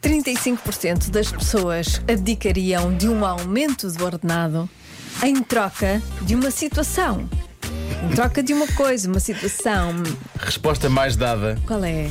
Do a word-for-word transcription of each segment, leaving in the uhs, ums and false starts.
trinta e cinco por cento das pessoas abdicariam de um aumento do ordenado em troca de uma situação. Em troca de uma coisa, uma situação. Resposta mais dada. Qual é?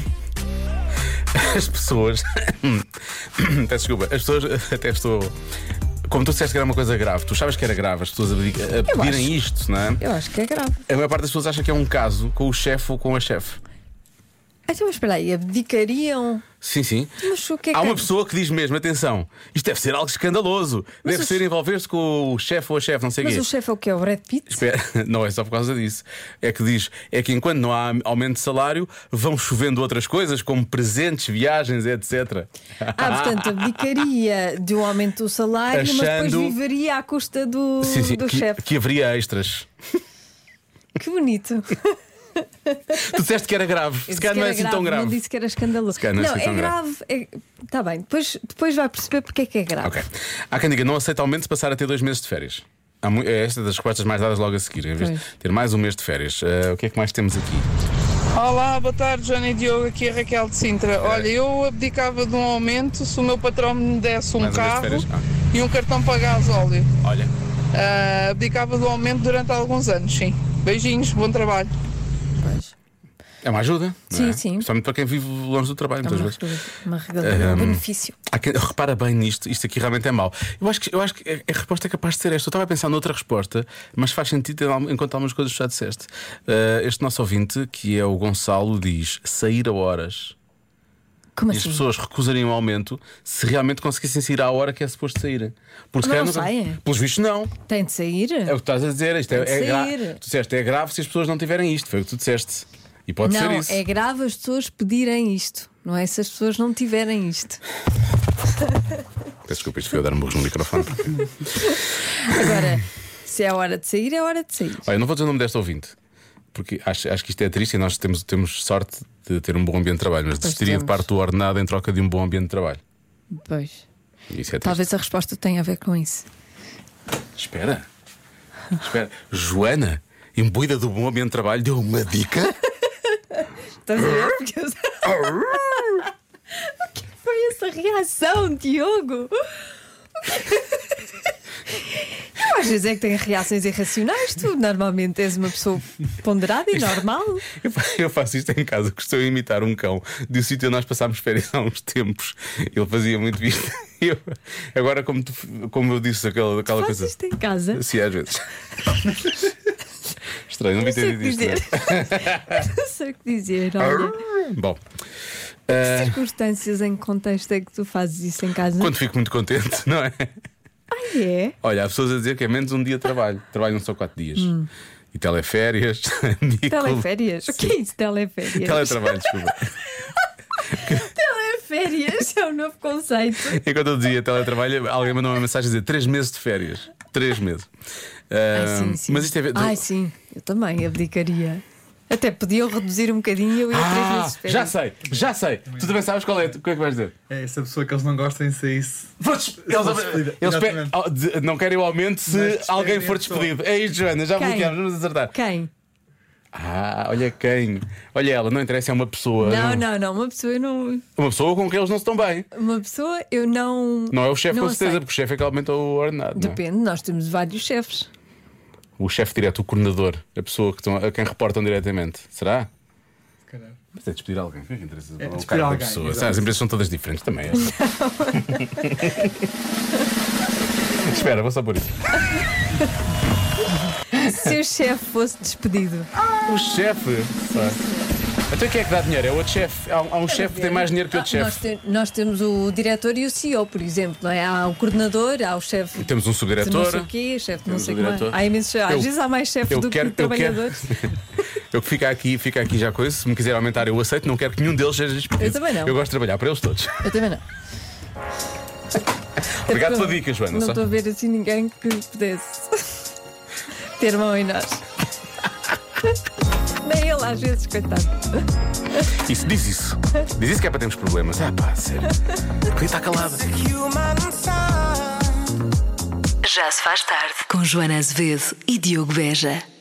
As pessoas. Peço desculpa, as pessoas até estou. Como tu disseste que era uma coisa grave, tu sabes que era grave as pessoas a, pedir, a pedirem isto, não é? Eu acho que é grave. A maior parte das pessoas acha que é um caso com o chefe ou com a chefe. Então, mas espera aí, abdicariam. Sim, sim. Mas o que é que Há uma é? pessoa que diz mesmo: atenção, isto deve ser algo escandaloso. Mas deve os- ser envolver-se com o chefe ou a chefe, não sei o Mas quê. o chefe é o que é? O Brad Pitt? Espera, não é só por causa disso. É que diz: é que enquanto não há aumento de salário, vão chovendo outras coisas, como presentes, viagens, etcétera. Ah, portanto, abdicaria de um aumento do salário, mas depois Achando- viveria à custa do, Sim, sim, do que, chefe. que haveria extras. Que bonito. Tu disseste que era grave. Eu Se disse calhar que não é era assim tão grave. Não disse que era escandaloso. Se calhar não é assim é tão grave. grave. Está bem, depois, depois vai perceber porque é que é grave. Ok. Há quem diga: não aceita aumento se passar a ter dois meses de férias. Há mu- é esta das respostas mais dadas logo a seguir. Em vez de Pois. ter mais um mês de férias. Eh, o que é que mais temos aqui? Olá, boa tarde, Joana e Diogo, aqui é a Raquel de Sintra. Olha, eu abdicava de um aumento se o meu patrão me desse um Mais um mês de carro férias? Ah. e um cartão para gasóleo. Olha. Ah, abdicava do aumento durante alguns anos, sim. Beijinhos, bom trabalho. Pois. É uma ajuda. não Sim, é? sim. Principalmente para quem vive longe do trabalho, É muitas uma vezes. regula- uma regulação, um Um, benefício. Há quem- repara bem nisto, isto aqui realmente é mau. Eu acho que, eu acho que a a resposta é capaz de ser esta. Eu estava a pensar noutra resposta, mas faz sentido ter al- enquanto algumas coisas que já disseste. Uh, este nosso ouvinte, que é o Gonçalo, diz: sair a horas. Como E as assim? pessoas recusariam o aumento se realmente conseguissem sair à hora que é suposto sair. Porque se Mas calhar não nunca- saem. Pelos vistos, não. Tem de sair? É o que tu estás a dizer. Isto é, Tem de é gra- sair. Tu disseste: é grave se as pessoas não tiverem isto. Foi o que tu disseste. E pode Não, ser isso. é grave as pessoas pedirem isto. Não é se as pessoas não tiverem isto. Peço desculpa, isto foi eu dar um burro no microfone. Agora, se é a hora de sair, é a hora de sair. Olha, não vou dizer o nome deste ouvinte, porque acho, acho que isto é triste e nós temos, temos sorte de ter um bom ambiente de trabalho, mas Pois desistiria de temos. parte do ordenado em troca de um bom ambiente de trabalho. Pois. E isso é triste. Talvez a resposta tenha a ver com isso. Espera, espera. Joana, imbuída do bom ambiente de trabalho, deu uma dica. Estás a ver? Porque eu... O que foi essa reação, Diogo? Eu às vezes é que tenho reações irracionais. Tu normalmente és uma pessoa ponderada e normal. Eu fa- Eu faço isto em casa, costumo imitar um cão de um sítio onde nós passámos férias há uns tempos. Ele fazia muito isto. Eu- agora, como, tu, como eu disse, aquela, aquela Faz coisa. isto em casa. Sim, às vezes. Estranho, não Não devia sei ter o que dito isto. dizer. Não sei o que dizer. Olha, Bom, que eh, circunstâncias, em que contexto é que tu fazes isso em casa? quando fico muito contente, não é? Ah, é? Olha, há pessoas a dizer que é menos um dia de trabalho. Trabalham só quatro dias. E teleférias. dia Teleférias? O que é isso, teleférias? Teletrabalho, desculpa. Teleférias é um novo conceito. Enquanto eu dizia teletrabalho, alguém mandou uma mensagem a dizer três meses de férias. Três meses. Ai, Ah, sim, sim. Mas isto é. ver- Ai, sim, eu também abdicaria. Até podiam reduzir um bocadinho e eu ia três Ah, meses de férias. já sei, já sei. Tu também sabes qual é, o que é que vais dizer? É essa pessoa que eles não gostam de saísse. Eles, despedida. eles pe- Exatamente. oh, de- não querem o aumento se Mas despedem alguém a for pessoa. despedido. É isto, Joana, já Quem? bloqueamos, vamos acertar. Quem? Ah, olha quem. Olha ela, não interessa, é uma pessoa. Não, não, não. Uma pessoa eu não. Uma pessoa com quem eles não se estão bem. Uma pessoa eu não. Não é o chefe, não com certeza, aceito. porque o chefe é que aumenta o ordenado. não é? Depende, nós temos vários chefes. O chefe direto, o coordenador, a pessoa que estão, a quem reportam diretamente. Será? Se calhar. Mas é despedir alguém. O que é que interessa? É O despedir cargo da alguém, pessoa. exato. As empresas são todas diferentes também. é. Espera, vou só pôr isso. Se o chefe fosse despedido. O chefe. Pá. Então quem é que dá dinheiro? É o outro chefe. Há, há um chefe que tem mais dinheiro que outro Ah, nós, chefe. te- nós temos o diretor e o C E O, por exemplo, não é? Há o coordenador, há o chefe. Temos um de não subdiretor. sei o quê, chefe de não Temos sei o como é. diretor. Há imensos chefes. Eu- Às vezes há mais chefes eu do quero- que eu quero- trabalhadores. Eu que fica aqui, fica aqui já com isso. Se me quiser aumentar, eu aceito. Não quero que nenhum deles seja despedido. Eu também não. Eu gosto de trabalhar para eles todos. Eu também não. Obrigado Eu pela não- dica, Joana. Não só. estou a ver assim ninguém que pudesse ter mão em nós. Nem ele às vezes, coitado. Isso, diz isso. Diz isso que é para termos problemas. Ah, pá, sério. Porque está calada. Já se faz tarde com Joana Azevedo e Diogo Beja.